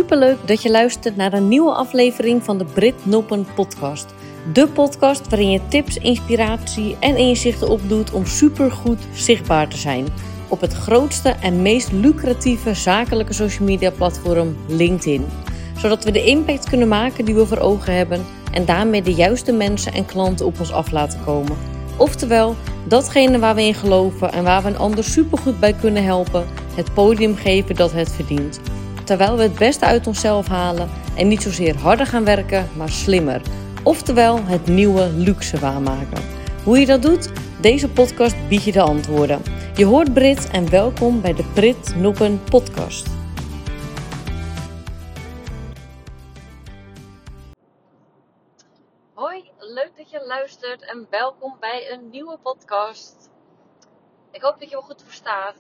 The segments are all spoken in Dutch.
Superleuk dat je luistert naar een nieuwe aflevering van de Brit Noppen podcast. De podcast waarin je tips, inspiratie en inzichten opdoet om supergoed zichtbaar te zijn. Op het grootste en meest lucratieve zakelijke social media platform LinkedIn. Zodat we de impact kunnen maken die we voor ogen hebben en daarmee de juiste mensen en klanten op ons af laten komen. Oftewel, datgene waar we in geloven en waar we een ander supergoed bij kunnen helpen, het podium geven dat het verdient. Terwijl we het beste uit onszelf halen en niet zozeer harder gaan werken, maar slimmer. Oftewel, het nieuwe luxe waarmaken. Hoe je dat doet? Deze podcast biedt je de antwoorden. Je hoort Brit en welkom bij de Brit Noppen podcast. Hoi, leuk dat je luistert en welkom bij een nieuwe podcast. Ik hoop dat je me goed verstaat.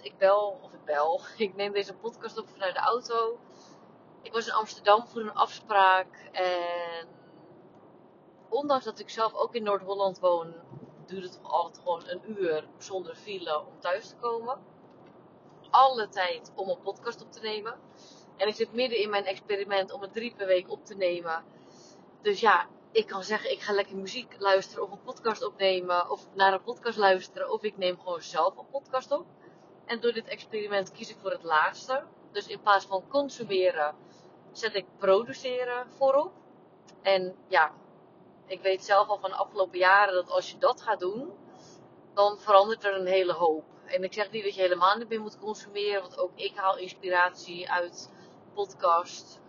Ik neem deze podcast op vanuit de auto. Ik was in Amsterdam voor een afspraak en ondanks dat ik zelf ook in Noord-Holland woon, duurt het altijd gewoon een uur zonder file om thuis te komen. Alle tijd om een podcast op te nemen. En ik zit midden in mijn experiment om het 3 per week op te nemen. Dus ja, ik kan zeggen, ik ga lekker muziek luisteren of een podcast opnemen. Of naar een podcast luisteren. Of ik neem gewoon zelf een podcast op. En door dit experiment kies ik voor het laatste. Dus in plaats van consumeren, zet ik produceren voorop. En ja, ik weet zelf al van de afgelopen jaren dat als je dat gaat doen, dan verandert er een hele hoop. En ik zeg niet dat je helemaal niet meer moet consumeren. Want ook ik haal inspiratie uit podcast.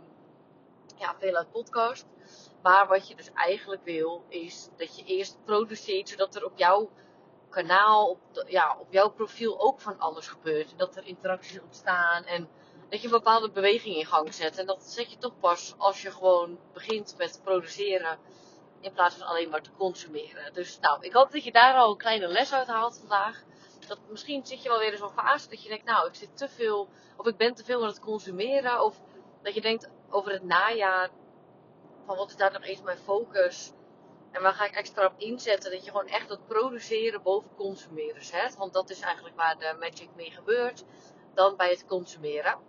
Veel uit podcast. Maar wat je dus eigenlijk wil, is dat je eerst produceert, zodat er op jouw kanaal, op jouw profiel ook van alles gebeurt. Dat er interacties ontstaan en dat je een bepaalde beweging in gang zet. En dat zet je toch pas als je gewoon begint met produceren, in plaats van alleen maar te consumeren. Dus ik hoop dat je daar al een kleine les uit haalt vandaag. Dat misschien zit je wel weer in zo'n fase dat je denkt, ik zit te veel, of ik ben te veel aan het consumeren. Of dat je denkt over het najaar, van wat is daar nog eens mijn focus? En waar ga ik extra op inzetten? Dat je gewoon echt dat produceren boven consumeren zet. Want dat is eigenlijk waar de magic mee gebeurt. Dan bij het consumeren.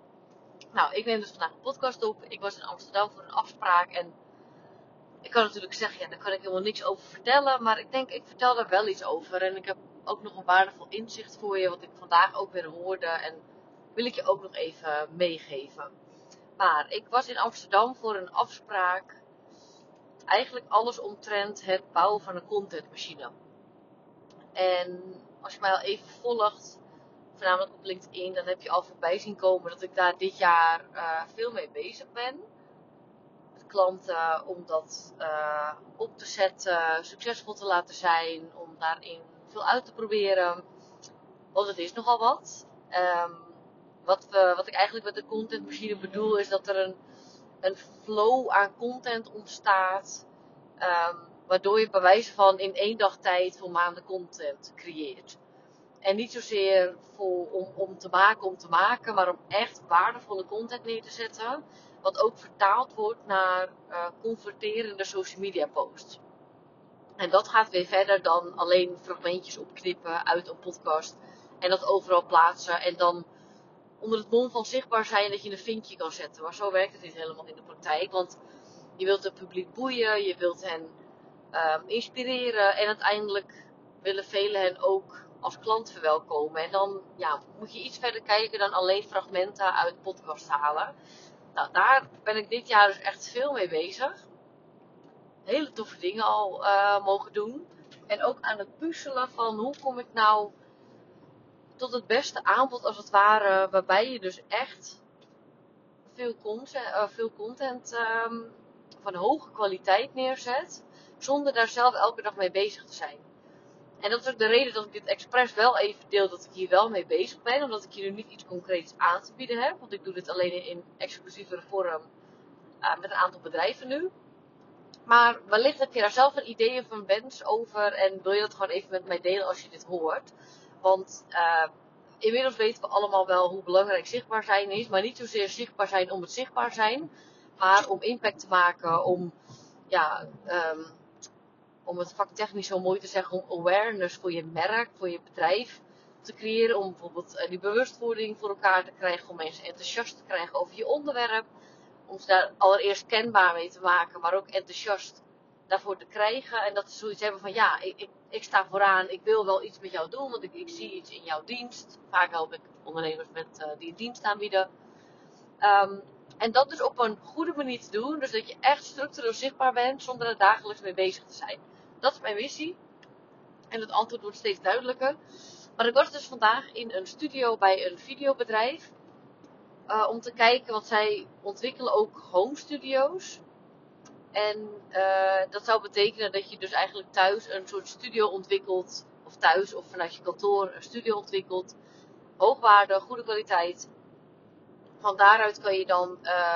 Ik neem dus vandaag een podcast op. Ik was in Amsterdam voor een afspraak. En ik kan natuurlijk zeggen, daar kan ik helemaal niks over vertellen. Maar ik denk, ik vertel daar wel iets over. En ik heb ook nog een waardevol inzicht voor je. Wat ik vandaag ook weer hoorde. En wil ik je ook nog even meegeven. Maar ik was in Amsterdam voor een afspraak. Eigenlijk alles omtrent het bouwen van een contentmachine. En als je mij al even volgt, voornamelijk op LinkedIn, dan heb je al voorbij zien komen dat ik daar dit jaar veel mee bezig ben. Met klanten om dat op te zetten, succesvol te laten zijn, om daarin veel uit te proberen. Want het is nogal wat. Wat ik eigenlijk met de contentmachine bedoel, is dat er een flow aan content ontstaat. Waardoor je bij wijze van in 1 dag tijd volmaande content creëert. En niet zozeer om te maken, maar om echt waardevolle content neer te zetten. Wat ook vertaald wordt naar converterende social media posts. En dat gaat weer verder dan alleen fragmentjes opknippen uit een podcast. En dat overal plaatsen en dan onder het mom van zichtbaar zijn dat je een vinkje kan zetten. Maar zo werkt het niet helemaal in de praktijk. Want je wilt het publiek boeien, je wilt hen inspireren. En uiteindelijk willen velen hen ook als klant verwelkomen. En dan moet je iets verder kijken dan alleen fragmenten uit podcast halen. Daar ben ik dit jaar dus echt veel mee bezig. Hele toffe dingen al mogen doen. En ook aan het puzzelen van hoe kom ik nou tot het beste aanbod als het ware. Waarbij je dus echt veel content van hoge kwaliteit neerzet. Zonder daar zelf elke dag mee bezig te zijn. En dat is ook de reden dat ik dit expres wel even deel. Dat ik hier wel mee bezig ben. Omdat ik hier nu niet iets concreets aan te bieden heb. Want ik doe dit alleen in exclusievere vorm. Met een aantal bedrijven nu. Maar wellicht heb je daar zelf een idee of een wens over. En wil je dat gewoon even met mij delen als je dit hoort. Want inmiddels weten we allemaal wel hoe belangrijk zichtbaar zijn is. Maar niet zozeer zichtbaar zijn om het zichtbaar zijn. Maar om impact te maken. Om het vaktechnisch zo mooi te zeggen. Om awareness voor je merk, voor je bedrijf te creëren om bijvoorbeeld die bewustwording voor elkaar te krijgen, om mensen enthousiast te krijgen over je onderwerp, om ze daar allereerst kenbaar mee te maken, maar ook enthousiast daarvoor te krijgen. En dat ze zoiets hebben van ja, ik sta vooraan, ik wil wel iets met jou doen, want ik zie iets in jouw dienst. Vaak help ik ondernemers die een dienst aanbieden. En dat dus op een goede manier te doen, dus dat je echt structureel zichtbaar bent zonder er dagelijks mee bezig te zijn. Dat is mijn missie. En het antwoord wordt steeds duidelijker. Maar ik was dus vandaag in een studio bij een videobedrijf. Om te kijken, want zij ontwikkelen ook home studio's. En dat zou betekenen dat je dus eigenlijk thuis een soort studio ontwikkelt. Of thuis of vanuit je kantoor een studio ontwikkelt. Hoogwaarde, goede kwaliteit. Van daaruit kan je dan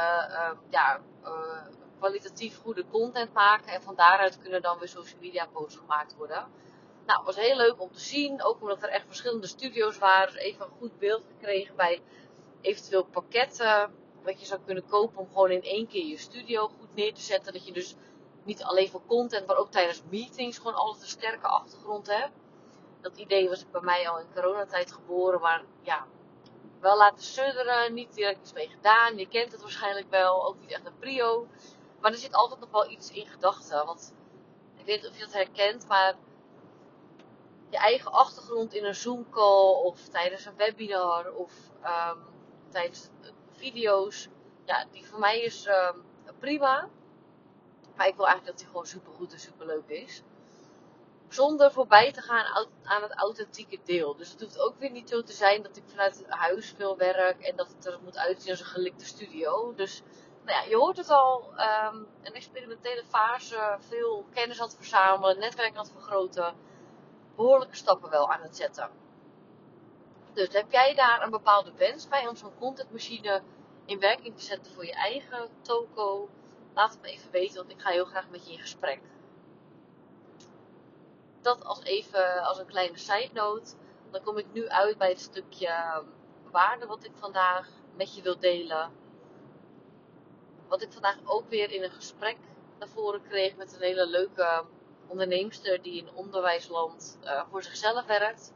kwalitatief goede content maken. En van daaruit kunnen dan weer social media posts gemaakt worden. Nou, het was heel leuk om te zien. Ook omdat er echt verschillende studio's waren. Dus even een goed beeld gekregen bij eventueel pakketten. Wat je zou kunnen kopen om gewoon in één keer je studio goed neer te zetten. Dat je dus niet alleen voor content, maar ook tijdens meetings gewoon altijd een sterke achtergrond hebt. Dat idee was bij mij al in coronatijd geboren. Maar ja, wel laten sudderen. Niet direct iets mee gedaan. Je kent het waarschijnlijk wel. Ook niet echt een prio. Maar er zit altijd nog wel iets in gedachten. Want ik weet niet of je dat herkent, maar je eigen achtergrond in een Zoom call of tijdens een webinar of tijdens video's. Ja, die voor mij is prima. Maar ik wil eigenlijk dat die gewoon super goed en super leuk is. Zonder voorbij te gaan aan het authentieke deel. Dus het hoeft ook weer niet zo te zijn dat ik vanuit huis veel werk en dat het er moet uitzien als een gelikte studio. Dus nou ja, je hoort het al, een experimentele fase, veel kennis aan het verzamelen, netwerk aan het vergroten. Behoorlijke stappen wel aan het zetten. Dus heb jij daar een bepaalde wens bij om zo'n contentmachine in werking te zetten voor je eigen toko? Laat het me even weten, want ik ga heel graag met je in gesprek. Dat als een kleine side note. Dan kom ik nu uit bij het stukje waarde wat ik vandaag met je wil delen. Wat ik vandaag ook weer in een gesprek naar voren kreeg met een hele leuke onderneemster die in onderwijsland voor zichzelf werkt.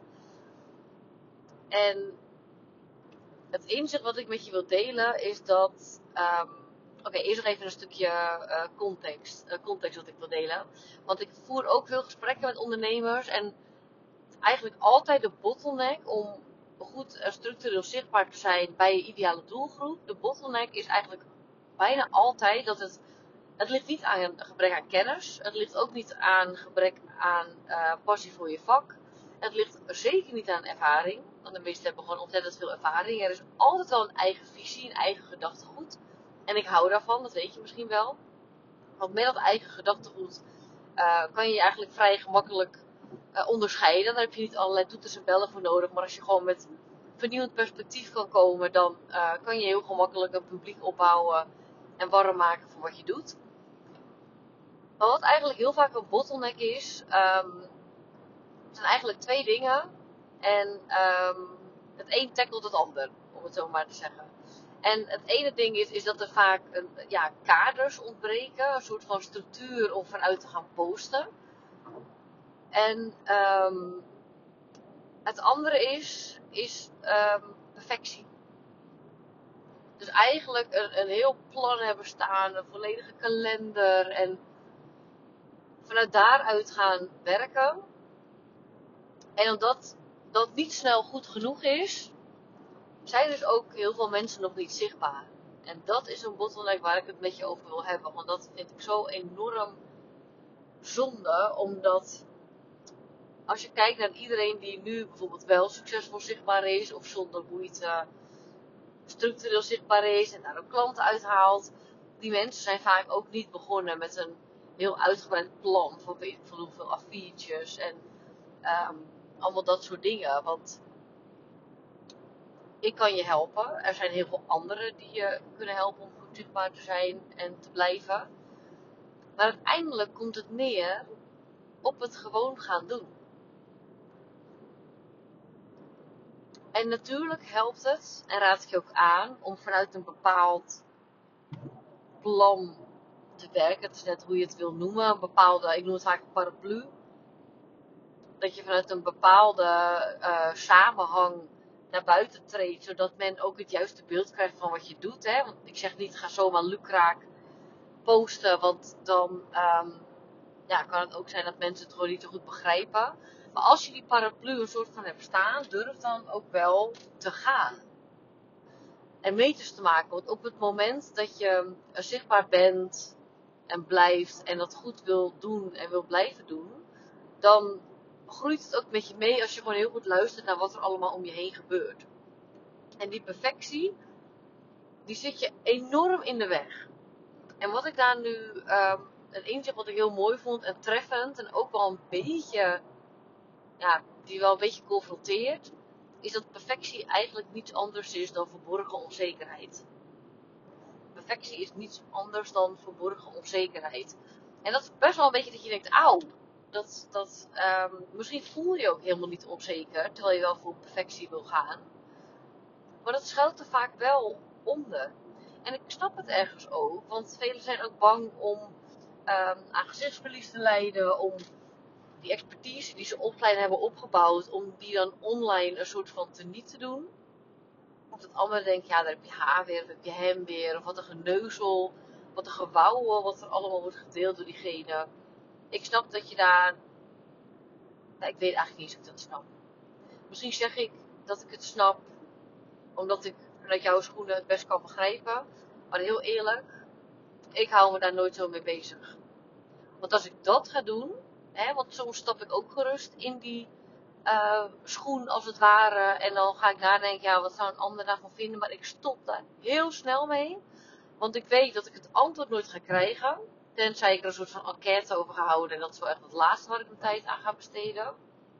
En het inzicht wat ik met je wil delen is dat... eerst nog even een stukje context wat ik wil delen. Want ik voer ook veel gesprekken met ondernemers. En eigenlijk altijd de bottleneck om goed en structureel zichtbaar te zijn bij je ideale doelgroep. De bottleneck is eigenlijk bijna altijd dat het ligt niet aan een gebrek aan kennis. Het ligt ook niet aan gebrek aan passie voor je vak. Het ligt zeker niet aan ervaring. Want de meesten hebben gewoon ontzettend veel ervaring. Er is altijd wel een eigen visie, een eigen gedachtegoed. En ik hou daarvan, dat weet je misschien wel. Want met dat eigen gedachtegoed kan je eigenlijk vrij gemakkelijk onderscheiden. Daar heb je niet allerlei toeters en bellen voor nodig. Maar als je gewoon met vernieuwend perspectief kan komen, dan kan je heel gemakkelijk een publiek opbouwen en warm maken voor wat je doet. Maar wat eigenlijk heel vaak een bottleneck is, zijn eigenlijk twee dingen. En het een tackelt het ander, om het zo maar te zeggen. En het ene ding is dat er vaak kaders ontbreken, een soort van structuur om vanuit te gaan posten. En het andere is perfectie. Dus eigenlijk een heel plan hebben staan, een volledige kalender en vanuit daaruit gaan werken. En omdat dat niet snel goed genoeg is, zijn dus ook heel veel mensen nog niet zichtbaar. En dat is een bottleneck waar ik het met je over wil hebben. Want dat vind ik zo enorm zonde. Omdat als je kijkt naar iedereen die nu bijvoorbeeld wel succesvol zichtbaar is. Of zonder moeite structureel zichtbaar is. En daar ook klanten uithaalt. Die mensen zijn vaak ook niet begonnen met een heel uitgebreid plan. Van weet ik veel hoeveel affiertjes. En allemaal dat soort dingen. Want ik kan je helpen. Er zijn heel veel anderen die je kunnen helpen om goed zichtbaar te zijn en te blijven. Maar uiteindelijk komt het neer op het gewoon gaan doen. En natuurlijk helpt het, en raad ik je ook aan, om vanuit een bepaald plan te werken. Het is net hoe je het wil noemen. Een bepaalde, ik noem het vaak een paraplu. dat je vanuit een bepaalde samenhang naar buiten treedt, zodat men ook het juiste beeld krijgt van wat je doet. Hè? Want ik zeg niet, ga zomaar lukraak posten, want dan kan het ook zijn dat mensen het gewoon niet zo goed begrijpen. Maar als je die paraplu een soort van hebt staan, durf dan ook wel te gaan. En meters te maken. Want op het moment dat je zichtbaar bent en blijft en dat goed wil doen en wil blijven doen, dan groeit het ook met je mee als je gewoon heel goed luistert naar wat er allemaal om je heen gebeurt. En die perfectie, die zit je enorm in de weg. En wat ik daar nu, een inzicht wat ik heel mooi vond en treffend en ook wel een beetje, die wel een beetje confronteert, is dat perfectie eigenlijk niets anders is dan verborgen onzekerheid. Perfectie is niets anders dan verborgen onzekerheid. En dat is best wel een beetje dat je denkt, auw, misschien voel je ook helemaal niet onzeker, terwijl je wel voor perfectie wil gaan. Maar dat schuilt er vaak wel onder. En ik snap het ergens ook, want velen zijn ook bang om aan gezichtsverlies te lijden, om die expertise die ze offline hebben opgebouwd, om die dan online een soort van teniet te doen. Of dat anderen denken, ja, daar heb je haar weer, of heb je hem weer, of wat een geneuzel, wat een gewauwel, wat er allemaal wordt gedeeld door diegene. Ik snap dat je daar, ik weet eigenlijk niet of ik dat snap. Misschien zeg ik dat ik het snap, omdat ik vanuit jouw schoenen het best kan begrijpen. Maar heel eerlijk, ik hou me daar nooit zo mee bezig. Want als ik dat ga doen, want soms stap ik ook gerust in die schoen als het ware. En dan ga ik nadenken, ja, wat zou een ander daarvan vinden. Maar ik stop daar heel snel mee. Want ik weet dat ik het antwoord nooit ga krijgen. Tenzij ik er een soort van enquête over ga houden. En dat is wel echt het laatste waar ik mijn tijd aan ga besteden.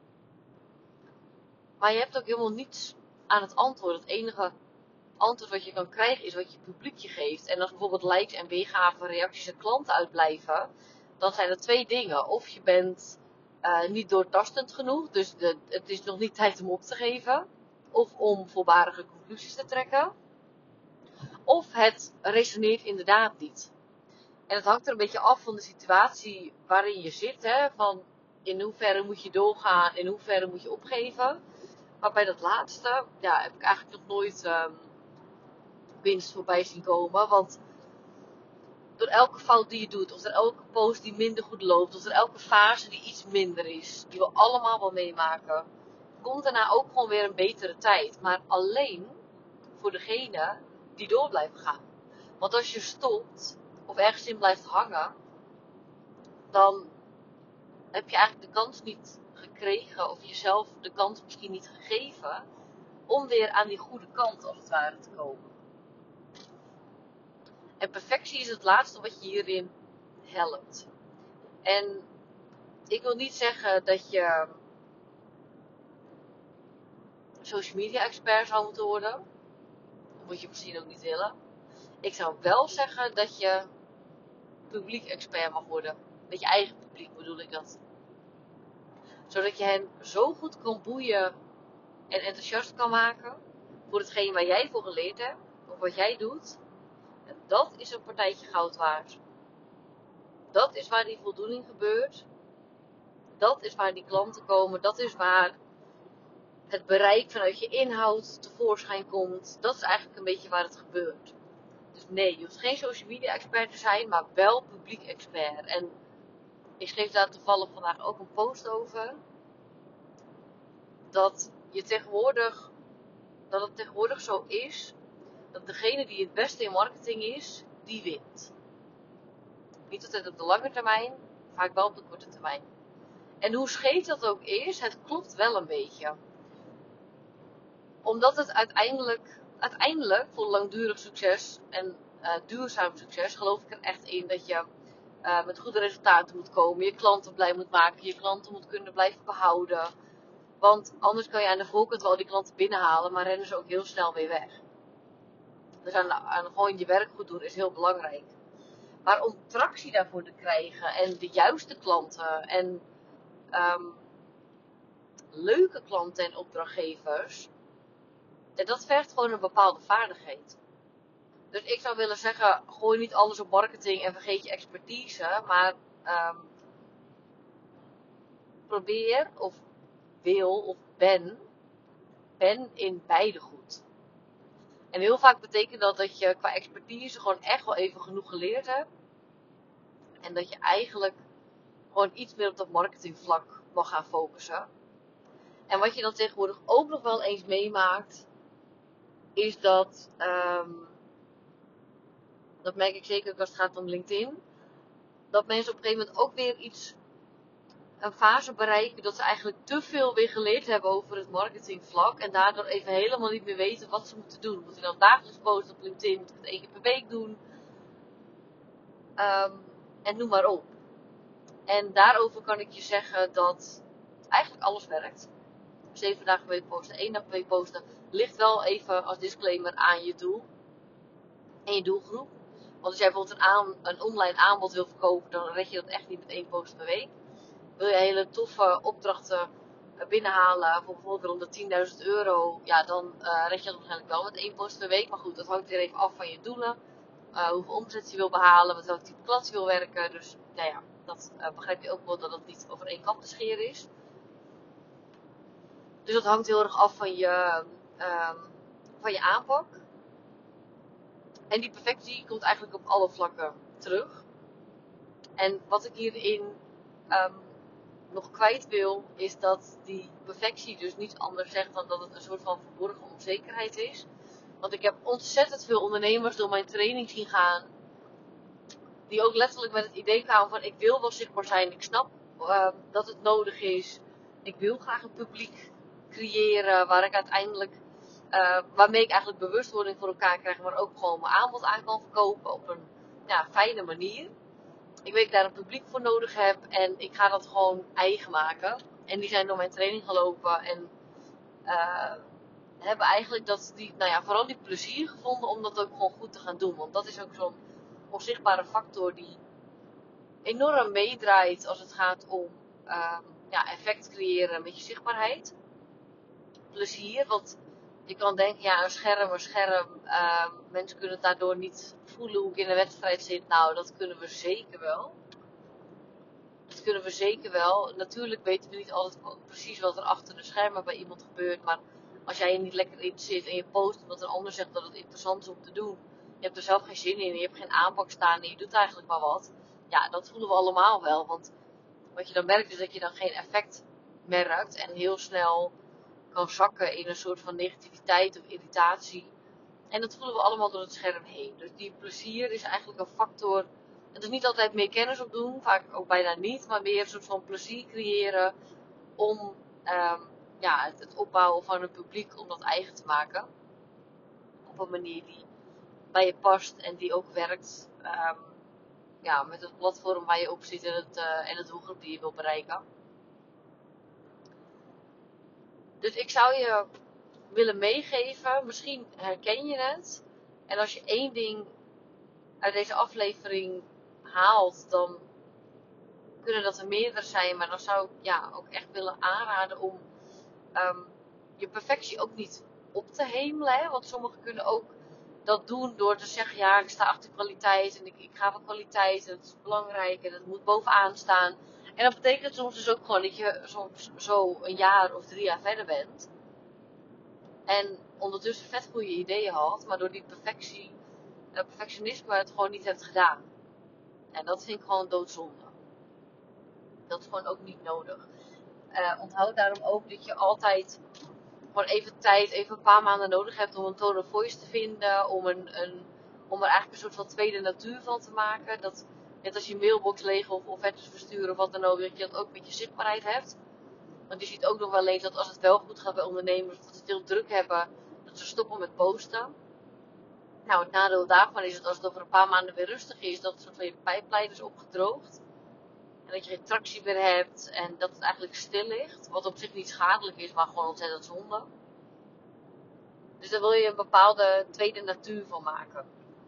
Maar je hebt ook helemaal niets aan het antwoord. Het enige antwoord wat je kan krijgen is wat je publiekje geeft. En als bijvoorbeeld likes en weergaven, reacties en klanten uitblijven, dan zijn er twee dingen. Of je bent niet doortastend genoeg, dus het is nog niet tijd om op te geven. Of om volbarige conclusies te trekken. Of het resoneert inderdaad niet. En het hangt er een beetje af van de situatie waarin je zit. Hè? Van in hoeverre moet je doorgaan, in hoeverre moet je opgeven. Maar bij dat laatste heb ik eigenlijk nog nooit winst voorbij zien komen. Want door elke fout die je doet, of door elke post die minder goed loopt, of door elke fase die iets minder is, die we allemaal wel meemaken, komt daarna ook gewoon weer een betere tijd. Maar alleen voor degene die door blijven gaan. Want als je stopt, of ergens in blijft hangen, dan heb je eigenlijk de kans niet gekregen, of jezelf de kans misschien niet gegeven, om weer aan die goede kant als het ware te komen. En perfectie is het laatste wat je hierin helpt. En ik wil niet zeggen dat je social media expert zou moeten worden. Dat moet je misschien ook niet willen. Ik zou wel zeggen dat je publiek expert mag worden. Met je eigen publiek bedoel ik dat. Zodat je hen zo goed kan boeien en enthousiast kan maken voor hetgeen waar jij voor geleerd hebt. Of wat jij doet. En dat is een partijtje goud waard. Dat is waar die voldoening gebeurt. Dat is waar die klanten komen. Dat is waar het bereik vanuit je inhoud tevoorschijn komt. Dat is eigenlijk een beetje waar het gebeurt. Dus nee, je hoeft geen social media expert te zijn, maar wel publiek expert. En ik schreef daar toevallig vandaag ook een post over. Dat het tegenwoordig zo is, dat degene die het beste in marketing is, die wint. Niet altijd op de lange termijn, vaak wel op de korte termijn. En hoe scheef dat ook is, het klopt wel een beetje. Omdat het uiteindelijk voor langdurig succes en duurzaam succes, geloof ik er echt in dat je met goede resultaten moet komen. Je klanten blij moet maken, je klanten moet kunnen blijven behouden. Want anders kan je aan de voorkant wel die klanten binnenhalen, maar rennen ze ook heel snel weer weg. Dus aan gewoon je werk goed doen is heel belangrijk. Maar om tractie daarvoor te krijgen en de juiste klanten en leuke klanten en opdrachtgevers, dat vergt gewoon een bepaalde vaardigheid. Dus ik zou willen zeggen, gooi niet alles op marketing en vergeet je expertise. Maar probeer, of wil of ben in beide goed. En heel vaak betekent dat je qua expertise gewoon echt wel even genoeg geleerd hebt. En dat je eigenlijk gewoon iets meer op dat marketingvlak mag gaan focussen. En wat je dan tegenwoordig ook nog wel eens meemaakt, is dat merk ik zeker ook als het gaat om LinkedIn, dat mensen op een gegeven moment ook weer een fase bereiken dat ze eigenlijk te veel weer geleerd hebben over het marketingvlak en daardoor even helemaal niet meer weten wat ze moeten doen. Moet je dan dagelijks posten op LinkedIn, moet je het 1 keer per week doen, en noem maar op. En daarover kan ik je zeggen dat eigenlijk alles werkt. 7 dagen per week posten, 1 dag per week posten, ligt wel even als disclaimer aan je doel en je doelgroep. Want als jij bijvoorbeeld een online aanbod wil verkopen, dan red je dat echt niet met 1 post per week. Wil je hele toffe opdrachten binnenhalen voor bijvoorbeeld rond de €10.000, ja, dan red je dat waarschijnlijk wel met 1 post per week. Maar goed, dat hangt weer even af van je doelen. Hoeveel omzet je wil behalen, met welk type klant je wil werken. Dus nou ja, dat begrijp je ook wel dat het niet over 1 kam te scheren is. Dus dat hangt heel erg af van je aanpak. En die perfectie komt eigenlijk op alle vlakken terug. En wat ik hierin nog kwijt wil, is dat die perfectie dus niet anders zegt dan dat het een soort van verborgen onzekerheid is. Want ik heb ontzettend veel ondernemers door mijn training zien gaan, die ook letterlijk met het idee kwamen van ik wil wel zichtbaar zijn, ik snap dat het nodig is, ik wil graag een publiek creëren waar ik uiteindelijk, waarmee ik eigenlijk bewustwording voor elkaar krijg, maar ook gewoon mijn aanbod aan kan verkopen op een fijne manier. Ik weet dat ik daar een publiek voor nodig heb en ik ga dat gewoon eigen maken. En die zijn door mijn training gelopen en hebben eigenlijk vooral die plezier gevonden om dat ook gewoon goed te gaan doen. Want dat is ook zo'n onzichtbare factor die enorm meedraait als het gaat om effect creëren met je zichtbaarheid. Plezier, want je kan denken, een scherm. Mensen kunnen het daardoor niet voelen hoe ik in een wedstrijd zit. Nou, dat kunnen we zeker wel. Natuurlijk weten we niet altijd precies wat er achter de schermen bij iemand gebeurt. Maar als jij er niet lekker in zit en je post omdat een ander zegt dat het interessant is om te doen. Je hebt er zelf geen zin in en je hebt geen aanpak staan en je doet eigenlijk maar wat. Ja, dat voelen we allemaal wel. Want wat je dan merkt is dat je dan geen effect merkt. En heel snel kan zakken in een soort van negativiteit of irritatie. En dat voelen we allemaal door het scherm heen. Dus die plezier is eigenlijk een factor. Het is niet altijd meer kennis opdoen, vaak ook bijna niet, maar meer een soort van plezier creëren om het opbouwen van een publiek, om dat eigen te maken. Op een manier die bij je past en die ook werkt met het platform waar je op zit en het doelgroep die je wil bereiken. Dus ik zou je willen meegeven, misschien herken je het. En als je 1 ding uit deze aflevering haalt, dan kunnen dat er meerdere zijn. Maar dan zou ik ook echt willen aanraden om je perfectie ook niet op te hemelen. Hè? Want sommigen kunnen ook dat doen door te zeggen, ik sta achter kwaliteit en ik ga voor kwaliteit en dat is belangrijk en dat moet bovenaan staan. En dat betekent soms dus ook gewoon dat je soms zo een jaar of 3 jaar verder bent. En ondertussen vet goede ideeën had, maar door die perfectionisme het gewoon niet hebt gedaan. En dat vind ik gewoon doodzonde. Dat is gewoon ook niet nodig. Onthoud daarom ook dat je altijd gewoon even tijd, even een paar maanden nodig hebt om een tone of voice te vinden. Om er eigenlijk een soort van tweede natuur van te maken. Dat net als je mailbox leeg of offertes versturen of wat dan ook, dat je dat ook met je zichtbaarheid hebt. Want je ziet ook nog wel eens dat als het wel goed gaat bij ondernemers, dat ze het heel druk hebben, dat ze stoppen met posten. Nou, het nadeel daarvan is dat als het over een paar maanden weer rustig is, dat het soort van je pijplijn is opgedroogd. En dat je geen tractie meer hebt en dat het eigenlijk stil ligt. Wat op zich niet schadelijk is, maar gewoon ontzettend zonde. Dus daar wil je een bepaalde tweede natuur van maken.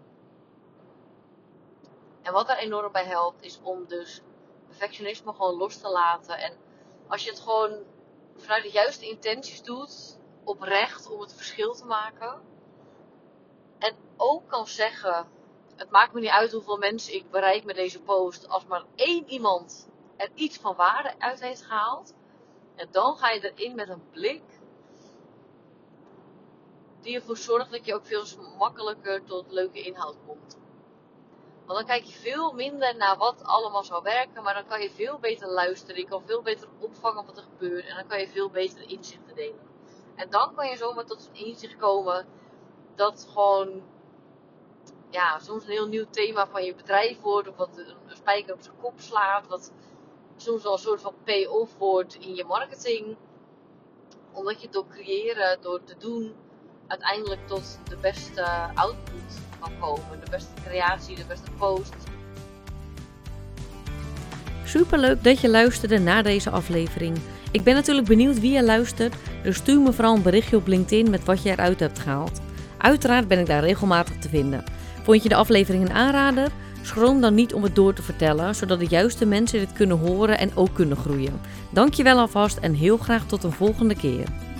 En wat daar enorm bij helpt, is om dus perfectionisme gewoon los te laten. En als je het gewoon vanuit de juiste intenties doet, oprecht, om het verschil te maken. En ook kan zeggen, het maakt me niet uit hoeveel mensen ik bereik met deze post. Als maar 1 iemand er iets van waarde uit heeft gehaald, En dan ga je erin met een blik die ervoor zorgt dat je ook veel makkelijker tot leuke inhoud komt. Want dan kijk je veel minder naar wat allemaal zou werken, maar dan kan je veel beter luisteren. Je kan veel beter opvangen wat er gebeurt en dan kan je veel beter inzichten delen. En dan kan je zomaar tot een inzicht komen dat gewoon soms een heel nieuw thema van je bedrijf wordt, of wat een spijker op zijn kop slaat, wat soms wel een soort van pay-off wordt in je marketing. Omdat je door creëren, door te doen, uiteindelijk tot de beste output kan komen. De beste creatie, de beste post. Superleuk dat je luisterde naar deze aflevering. Ik ben natuurlijk benieuwd wie je luistert, dus stuur me vooral een berichtje op LinkedIn met wat je eruit hebt gehaald. Uiteraard ben ik daar regelmatig te vinden. Vond je de aflevering een aanrader? Schroom dan niet om het door te vertellen, zodat de juiste mensen dit kunnen horen en ook kunnen groeien. Dankjewel alvast en heel graag tot een volgende keer.